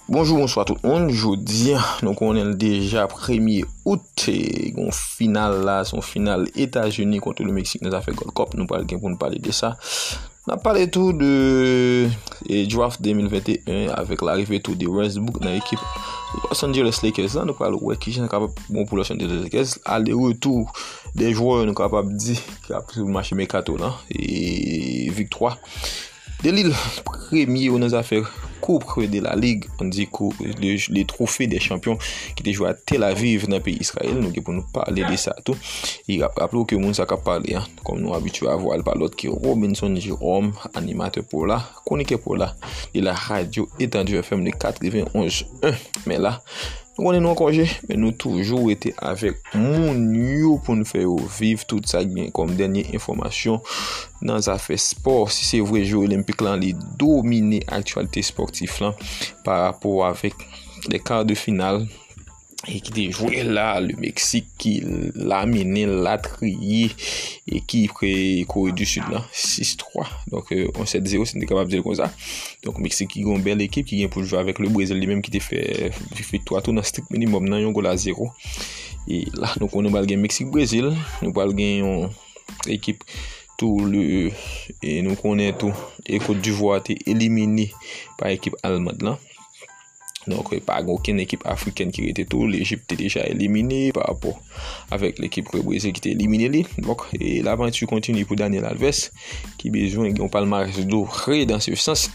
Bonjour, bonsoir tout le monde. Jeudi, donc on est déjà 1er août et on final là, son final États-Unis contre le Mexique nous a fait Gold Cup. Nous parlons pour nous parler de ça. On a parlé tout de draft 2021 avec l'arrivée tout de Westbrook dans l'équipe Los Angeles Lakers. Là, nous parlons qui est capable bon pour Los Angeles Lakers. Aller-retour des joueurs nous capable dire qui a pris le match mercato là et victoire de l'île premier on nous a fait coupe de la Ligue, on dit les trophées des champions qui étaient joués à Tel Aviv dans le pays d'Israël. Nous pour nous parler de ça tout. Il rappelle que nous avons parlé, comme nous habitués à voir par l'autre qui est Robinson Jérôme, animateur pour là, chroniqueur pour là, de la radio étendue FM de 91.1. Mais là, nous on est en congé, mais nous toujours été avec mon yo pour nous faire vivre tout ça bien comme dernière information dans les affaires sport. Si c'est vrai, Jeux olympiques là, les dominer actualité sportive là par rapport avec les quarts de finale et qui était joué là, le Mexique qui l'a mené, l'a trié et qui près Corée du Sud là 6-3. Donc on 7-0, c'est capable de dire comme ça. Donc Mexique qui a une belle équipe qui vient pour jouer avec le Brésil lui-même qui t'a fait victoire tout dans strict minimum dans un goal à 0. Et là donc on va gagner Mexique Brésil, nous va gagner une équipe tout le et nous connaissons tout et Côte d'Ivoire été éliminé par l'équipe allemande là. Donc, pas aucune équipe africaine qui était tout. L'Égypte était déjà éliminée par rapport avec l'équipe Brésil qui était éliminée. Donc, et l'aventure continue pour Daniel Alves qui a besoin d'un palmarès doré dans ce sens.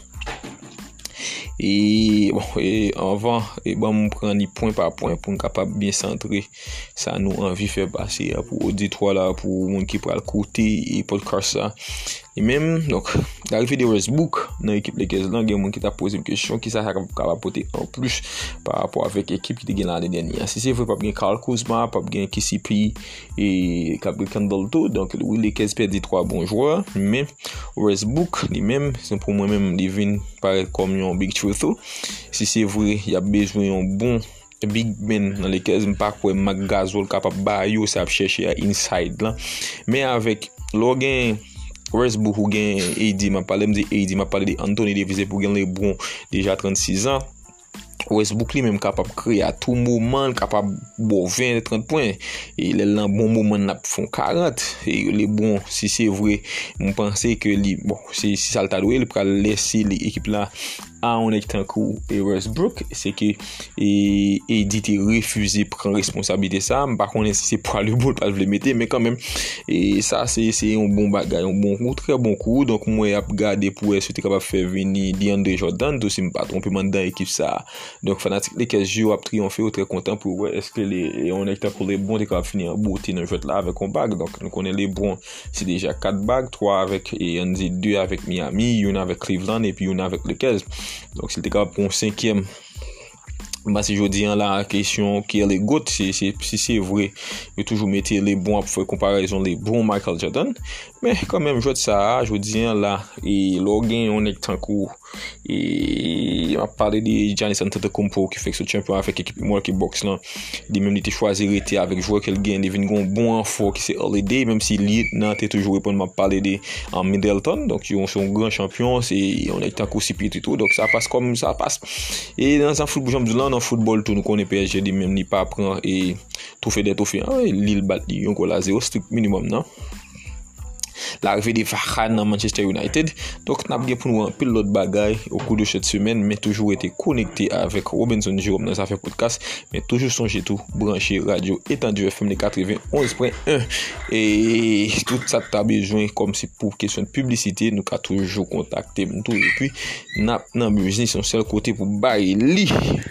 Et bon, et avant, et bon, on prend point par point pour capable bien centrer. Ça nous envie faire passer pour auditoire là, pour monde qui pourra le côté et podcast ça. Et même, donc, l'arrivée de Westbrook dans l'équipe Lakers, là, il y a monde qui t'a posé une question qui ça capable apporter en plus par rapport avec l'équipe qui était gagnée l'année dernière. Si c'est vrai, pas bien Karl Kuzma, pas bien KCP et Gabriel Candleton, donc oui, les Lakers perdent 3 bons joueurs, mais Westbrook, lui-même, c'est pour moi-même, il vient paraître comme un big truth. Si c'est vrai, il y a besoin d'un bon big man dans les cases, pas quoi Magazol capable bailler ça chercher à inside là, mais avec Logan Westbrook ou gain AD m'a parlé de Anthony Davis pour gagner les bons déjà 36 ans. Westbrook lui même capable de créer à tout moment, capable de 20 30 points et les bon moment n'a font 40 et les bons si c'est vrai on pensait que bon si ça le tadoué il peut laisser l'équipe là à on est en coup et Westbrook c'est que et dit refusé prendre responsabilité ça par contre si c'est pour le bol pas le mettre mais quand même et ça c'est un bon bagage un bon coup très bon coup donc moi a regarder pour être capable faire venir DeAndre Jordan tout si me pas tromper dans l'équipe ça donc fanatique les 15 jours a triomphé très content pour ouais est-ce que les on est pour les bons de capable finir beauté dans jeu là avec un bag donc nous connaît les bons c'est déjà 4 bagues 3 avec et on dit 2 avec Miami une avec Cleveland et puis une avec les 15. Donc s'il était capable pour un 5e bah si je dis la question qui est les GOAT si c'est vrai il toujours mettre les bons pour faire comparaison les bons Michael Jordan mais quand même je ça je dis là et Logan on est en cours et on a parlé de Giannis Antetokounmpo qui fait ce champion avec l'équipe Milwaukee Bucks là il même était choisi rester avec joueur qu'elle gagne il vient un bon enfant qui c'est Holiday même si lui n'a toujours répondre m'a parler de en Middleton donc ils sont un grand champion c'est on est en cours et tout donc ça passe comme ça passe et dans un football dans football tout nous connaît PSG dit même ni pas prendre et tout fait des tout fait Lille bat Lyon goal à 0 strict minimum non l'arrivée de Varane dans Manchester United donc n'a bien pour nous un pilote bagaille au cours de cette semaine mais toujours été connecté avec Robinson Jérôme dans sa fait podcast mais toujours songer tout branché radio étendue FM de 91.1 et tout ça t'as besoin comme c'est pour question de publicité nous qu'a toujours contacter tout et puis n'a business son seul côté pour bailler li.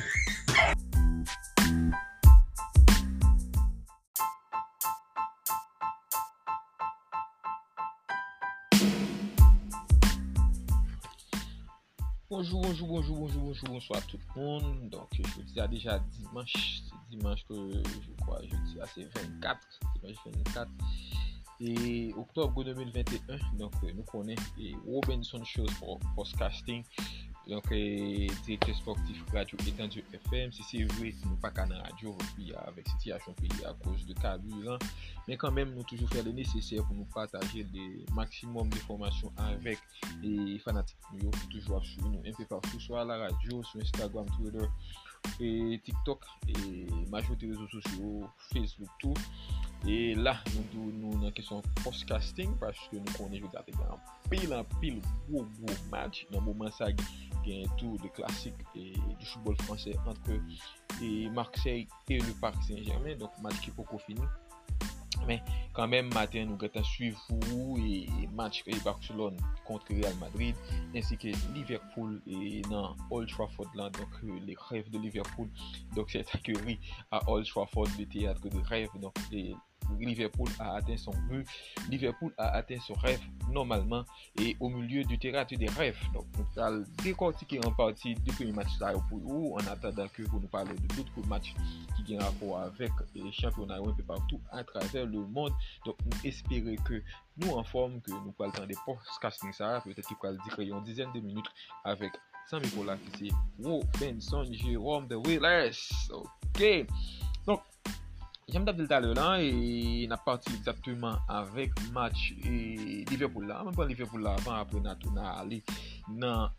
Bonsoir tout le monde. Donc, je vous dis déjà dimanche. C'est dimanche que je crois, je dis c'est dimanche 24 et octobre 2021. Donc, nous connaissons Robinson Shows for Podcasting Donc, directeur sportif radio étendu FM, si c'est vrai, nous pas qu'à la radio, puis avec situation pays à cause de carburant, mais quand même, nous toujours faire le nécessaire pour nous partager des maximum d'informations avec les fanatiques. Nous toujours suivre nous un peu partout, soit à la radio, sur Instagram, Twitter, et TikTok, et majorité des réseaux sociaux, Facebook, tout. Et là, nous dans la question podcasting parce que nous connaissons un pile gros match dans le moment ça il y a un tour de classique et du football français entre Marseille et le Paris Saint-Germain, donc match qui est pas fini. Mais quand même, matin, nous allons suivre et match Barcelone contre Real Madrid, ainsi que Liverpool et dans Old Trafford là, donc les rêves de Liverpool. Donc c'est accueilli à Old Trafford, le théâtre de rêve. Donc Liverpool a atteint son but, Liverpool a atteint son rêve normalement et au milieu du théâtre des rêves. Donc nous allons décortiquer en partie du premier match là pour vous en attendant que vous nous parlez de d'autres matchs qui ont rapport avec les championnats un peu partout à travers le monde. Donc nous espérons que nous en forme, que nous parlons des podcasting ça, peut-être qu'il va dire une dizaine de minutes avec Sami Pola qui c'est Benson Jérôme de Willis. Ok. Donc j'aime d'abord tout à l'heure là et n'a parti exactement avec match et Liverpool là, même pas Liverpool là avant après on a allé dans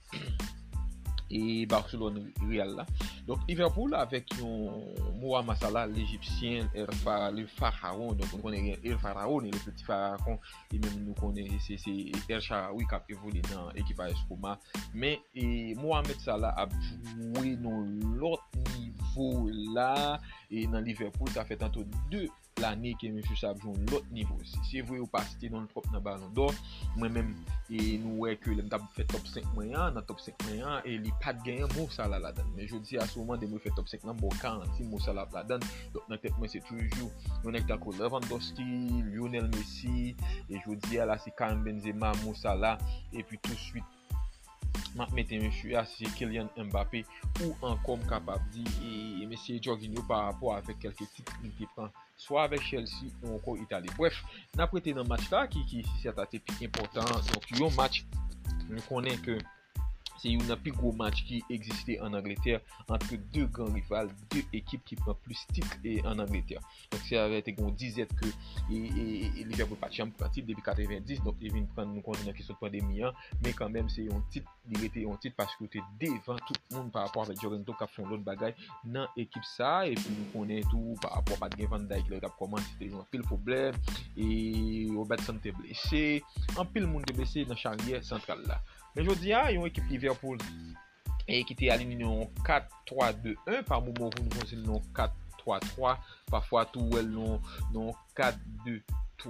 et Barcelone Real là. Donc Liverpool avec Mohamed Salah l'Égyptien le pharaon, donc on connaît El Pharaon et le petit pharaon et même nous connaissons c'est El Shaarawy qui a évolué dans l'équipe AS Roma, mais Mohamed Salah a joué dans l'autre niveau là et dans Liverpool ça fait tantôt 2 l'année que M. Sab joue l'autre niveau. Si c'est vrai ou pas, c'était dans le top dans ballon d'or, moi-même, et nous voyons que le fait top 5 moyen, dans top 5 moyen, et il n'y a pas de gain, Mo Salah là-dedans. Mais je dis à ce moment, de me faire top 5, bon, 46 Mo Salah là-dedans. Donc, dans tête, moi, c'est toujours, on est d'accord, Lewandowski, Lionel Messi, et je dis à là, c'est Karim Benzema, Mo Salah, et puis tout de suite, mettez monsieur c'est Kylian Mbappé ou encore capable dit et monsieur Jorginho par rapport avec quelques titres qu'il prend soit avec Chelsea ou encore Italie. Bref, n'a prêté dans match là qui c'est important. Donc un match nous connaît que c'est un plus gros match qui existait en Angleterre entre deux grands rivales, deux équipes qui prennent plus de titres en Angleterre. Donc c'est avec on disait que Liverpool pas champion depuis 90, donc ils viennent prendre nous connaissons la question de pandémie, mais quand même c'est un titre, il était un titre parce que tu es devant tout le monde par rapport avec Jordan qui a fait l'autre bagaille dans l'équipe ça et puis nous connaissons tout par rapport à Van Dijk le comment c'était un pile problème et Robertson était blessé, un pile monde blessé dans charnière centrale là. Mais je dis, il y a une équipe Liverpool et qui était alignée en 4-3-2-1. Par moment, vous nous conseillez non 4-3-3. Parfois, tout elle non 4-2-3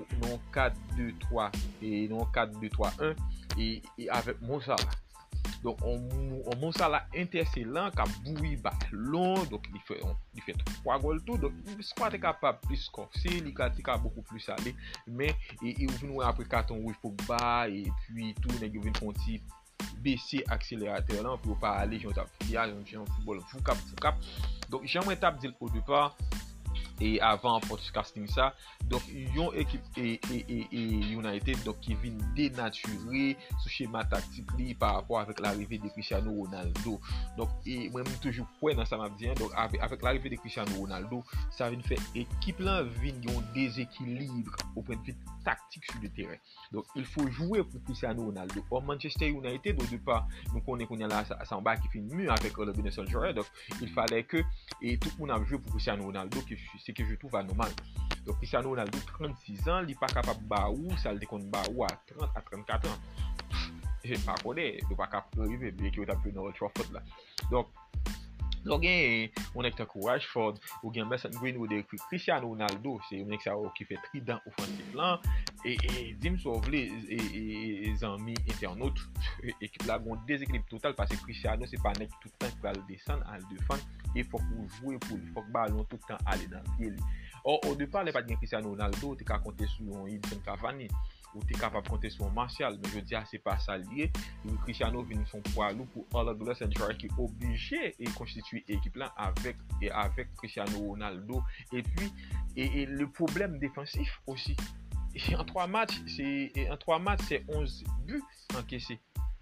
et non 4-2-3-1 et avec Moussa. Donc, on Moussa là intercellent, qui a bouilli ballon. Donc, il fait 3 goals tout. Donc, il n'est pas capable de plus corser. Il est beaucoup plus aller. Mais, il vient après carton rouge pour bas. Et puis, tout, il vient continuer baisser accélérateur là pour pas aller jouer un football fou cap. Donc j'aimerais taper dire au départ et avant podcasting ça donc une équipe et United donc qui vient dénaturer ce schéma tactique par rapport avec l'arrivée de Cristiano Ronaldo. Donc et moi même toujours point dans ça m'a dit donc avec l'arrivée de Cristiano Ronaldo ça vient faire équipe là vient un déséquilibre au point de vue tactique sur le terrain. Donc il faut jouer pour Cristiano Ronaldo. Au Manchester United au départ nous connaissons qu'on a là ça en bas qui fait mieux avec le Gunnar Solskjaer, donc il fallait que et tout le monde a joué pour Cristiano Ronaldo c'est que je trouve anormal. Donc Cristiano Ronaldo 36 ans, il n'est pas capable de baou, ça le déconne baou à 30 à 34 ans. Je ne sais pas connaître, il n'est pas capable d'arriver, bien qu'il a fait dans le Trafford là. Donc on est courage Ford ou bien Mason Greenwood et Cristiano Ronaldo, c'est un ex qui fait trident offensif là et dim sauve les amis internautes équipe là bon déséquilibre total parce que Cristiano c'est pas net tout le temps pour aller descendre à le défendre et faut jouer pour il faut que ballon tout le temps aller dans le pied. Or au départ les pas de Cristiano Ronaldo tu as compter sur un Edinson Cavani ou tu es capable de compter sur un Martial, mais je dis c'est pas ça lié. Cristiano vient son poids lourd pour Ole Gunnar Solskjaer qui est obligé de constituer l'équipe là avec Cristiano Ronaldo et puis et le problème défensif aussi. Et en 3 matchs c'est 11 buts encaissés.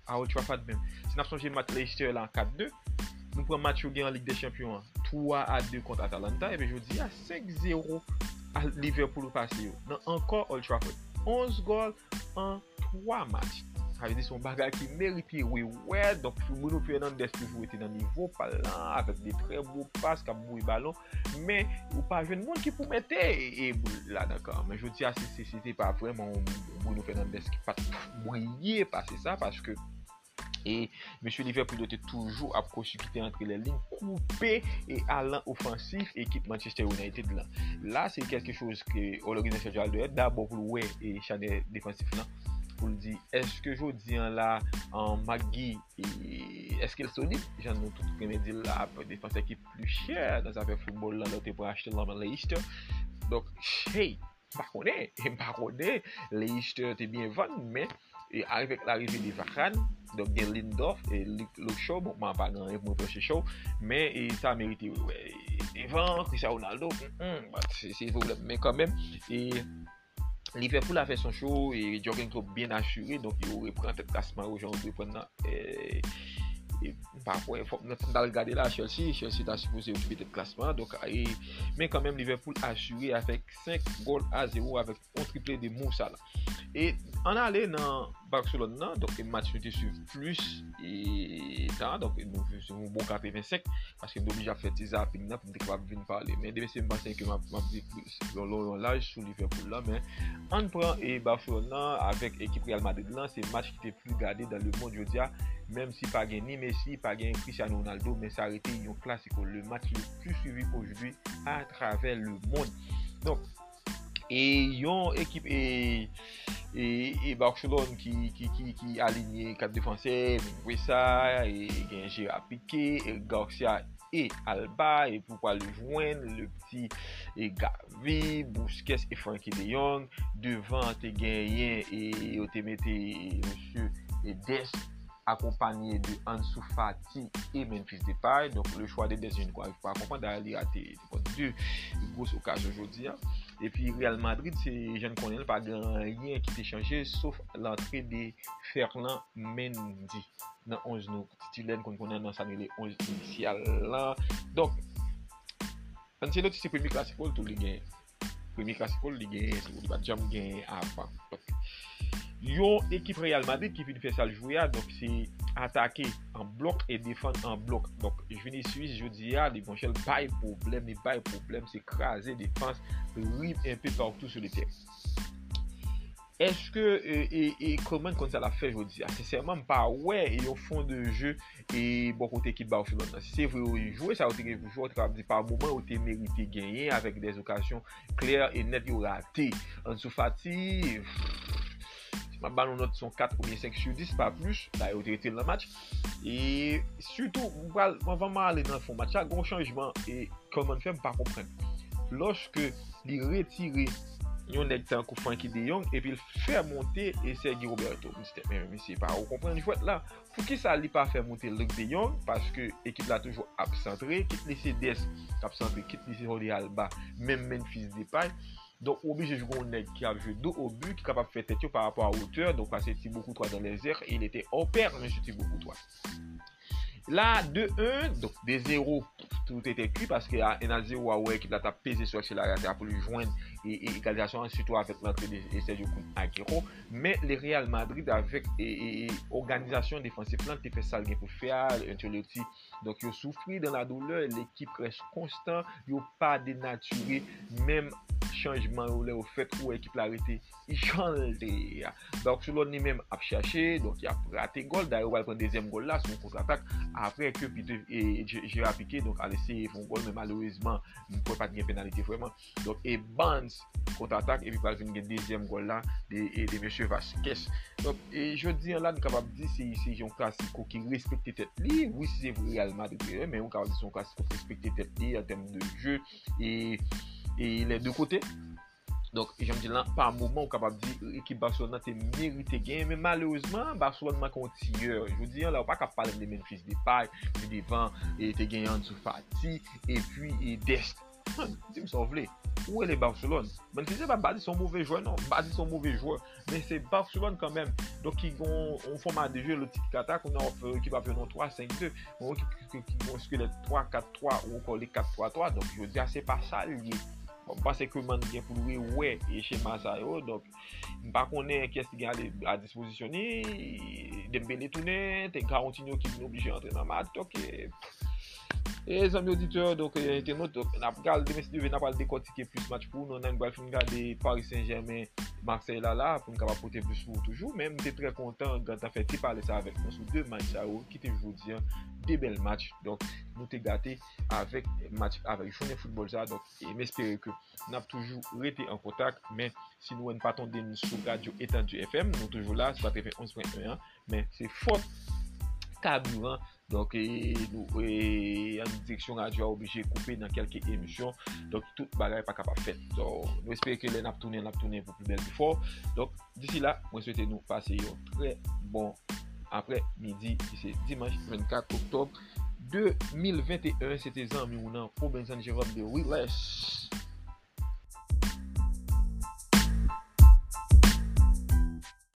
à Old Trafford même. Si nous avons changé le match Leicester là en 4-2, nous prenons match en Ligue des Champions 3-2 contre Atalanta, et puis je dis à 5-0 à Liverpool passé. Encore Old Trafford. 11 goals en 3 matchs. Ça veut dire son bagage qui mérite, oui, ouais. Donc, Bruno Fernandes toujours était dans le niveau parlant, avec des très beaux passes, comme bouille ballon. Mais, ou pas jeune monde qui pour mettre, et là, d'accord. Mais je dis, c'était pas vraiment Bruno Fernandes qui pas brillé passer ça, parce que et M. Liverpool était toujours à proximité entre les lignes, coupé et allant offensif, équipe Manchester United là. Là, c'est quelque chose que l'organisation doit être d'abord pour louer et changer défensif là. Pour le dire, est-ce que je dis là en Magui, est-ce qu'elle est solide? J'en ai tout premier dire là, pour défenseur qui est plus cher dans affaire football là, l'autre pour acheter la Leicester. Donc, hey, par contre, Leicester était bien vendu, mais et avec l'arrivée de Varane, donc de Lindelof et le show, bon, moi pas grand pour me show, mais et ça a mérité, ouais, devant Cristiano Ronaldo, c'est problème, mais quand même, et Liverpool a fait son show et Jürgen Klopp bien assuré, donc il aurait pris en tête classement aujourd'hui pendant et parfois il faut regarder là Chelsea a supposé occuper le classement, donc mais quand même Liverpool assuré avec 5-0 avec un triplé de Moussa là. Et on allait dans Barcelone, donc le match était sur plus et temps, donc nous faisons un bon 85 parce que nous obligé à faire des zapping pour être capable de venir parler, mais dès c'est pensé que m'a dit plus dans l'âge sur Liverpool là, mais on prend et Barcelone avec l'équipe Real Madrid là, c'est le match qui était plus gardé dans le monde aujourd'hui, même si pas gagné Messi, pas gagné Cristiano Ronaldo, mais ça a été un classique, le match le plus suivi aujourd'hui à travers le monde. Donc et yon équipe et Barcelone qui a aligné 4 défenseurs, Wissa et Gérard Piqué, et Garcia et Alba, et pourquoi le joindre le petit et Gavi, Busquets et Frankie de Jong, devant te gagné et te mettez monsieur et Dest accompagné de Ansu Fati et Memphis Depay. Donc le choix de Dest, je ne crois pas comprendre, d'ailleurs il a deux grosses occasions aujourd'hui. Et puis Real Madrid, c'est, je ne connais pas grand rien qui s'est changé sauf l'entrée de Ferland Mendy dans 11 nous titulaires qu'on connaît dans les 11 initiales là. Donc Ancelotti c'est premier classique tout les gagne. Premier classique il gagne, il va jamais gagner avant. Donc yon équipe Real Madrid qui vient faire ça le jouer, donc c'est attaquer en bloc et défendre en bloc. Donc Vinicius je dis les Gonchel pas de problème, c'est craser défense, rip un peu partout sur le terrain. Est-ce que et comment ça l'a fait aujourd'hui? Sincèrement pas ouais, et au fond de jeu et bon côté équipe Barcelone. Si c'est vrai jouer ça vous jouer par moment où tu mérité gagner avec des occasions claires et nettes ou ratées. Ansu Fati ma balle note sont 4 ou bien 5 sur 10, pas plus. Là, il a été dans le match. Et surtout, on va aller dans le match. Il y a un gros changement. Et comment faire, pas comprendre. Lorsque il retire un hectare coup Frankie de Jong et puis il fait monter et Sergio Roberto. Mais c'est pas, vous comprenez, là. Pour qui ça ne pas faire monter Luc de Jong? Parce que l'équipe là toujours absentré, quitte les CDS absentré, quitte les Jordi Alba, même Memphis Depay. Donc, obligé de jouer un nègre qui a joué dos au but, qui est capable de faire tête par rapport à hauteur. Donc, passer beaucoup trop dans les airs. Et il était hors pair, mais c'était beaucoup trop. Là, 2-1, donc des 0, tout était cuit parce qu'il y a un 0 à ouais qui l'a pesé sur l'accélérateur pour lui joindre et égalisation, surtout avec l'entrée de Sergio Aguero. Mais le Real Madrid, avec organisation défensive, là, tu fait ça pour faire Ancelotti. Donc, il a souffert dans la douleur, l'équipe reste constant, il n'y a pas dénaturé, même changement au fait où l'équipe l'a arrêté, il change. Barcelone lui-même a cherché, donc il a raté goal. D'ailleurs, il va prendre deuxième goal là, son contre-attaque. Après que Peter et Gérard Piqué, donc a laissé son goal, mais malheureusement, il ne pouvait pas gagner pénalité vraiment. Donc, et Barnes contre-attaque, et puis il va venir deuxième goal là, de M. Vasquez. Donc, et je dis là, nous sommes capables de dire c'est un classico qui respecte tête li. Oui, c'est vrai, Real Madrid, mais on peut dire son classico qui respecte tête li en termes de jeu et les deux côtés. Donc, je me dis là, par moment, on est capable de dire l'équipe Barcelone a mérité gagner, mais malheureusement, Barcelone m'a continue. Je veux dire, là, on ne peut pas parler de Memphis Depay, devant, et te gagné Ansu Fati, et puis Dest. Dis-moi ça voulez. Où est les Barcelone? Même si c'est pas Bardi son mauvais joueur, non. Bardi son mauvais joueur. Mais c'est Barcelone quand même. Donc, ils ont un format de jeu, le petit kata qu'on a qui va faire 3-5-2. Qui vont squeler 3-4-3 ou encore les 4-3-3. Donc, je veux dire, c'est pas ça lié. Bon, parce que man gen pour louer ouais et chez Masayo donc pas connaît qu'est-ce qui gagne à disposition Dembélé tourner t'es Coutinho qui est obligé d'entrer dans le match donc et les amis auditeurs, donc, internautes, donc, on a regardé, mais si tu veux, on a décortiquer plus match pour nous, on a regardé Paris Saint-Germain, Marseille là, pour nous capable porter plus pour toujours. Même, j'étais très content quand t'as fait parler ça avec nous sur 2 matchs, qui te joue dire, des belles matchs. Donc, nous t'es gâté avec match, avec journée football ça, donc, et m'espérer que nous avons toujours été en contact, mais si nous n'avons pas tombé sur Radio Étendu FM, nous toujours là, c'est pas très 11.1, mais c'est fort carburant. Donc, en direction radio obligé de couper dans quelques émissions. Donc, tout bagage pas capable de faire. Donc, nous espérons que les n'a tourné pour plus belle plus fort. Donc, d'ici là, moi souhaite nous passer un très bon après-midi. C'est dimanche 24 octobre 2021. C'était Zami Ounan pour Benzen Jérôme de Willis.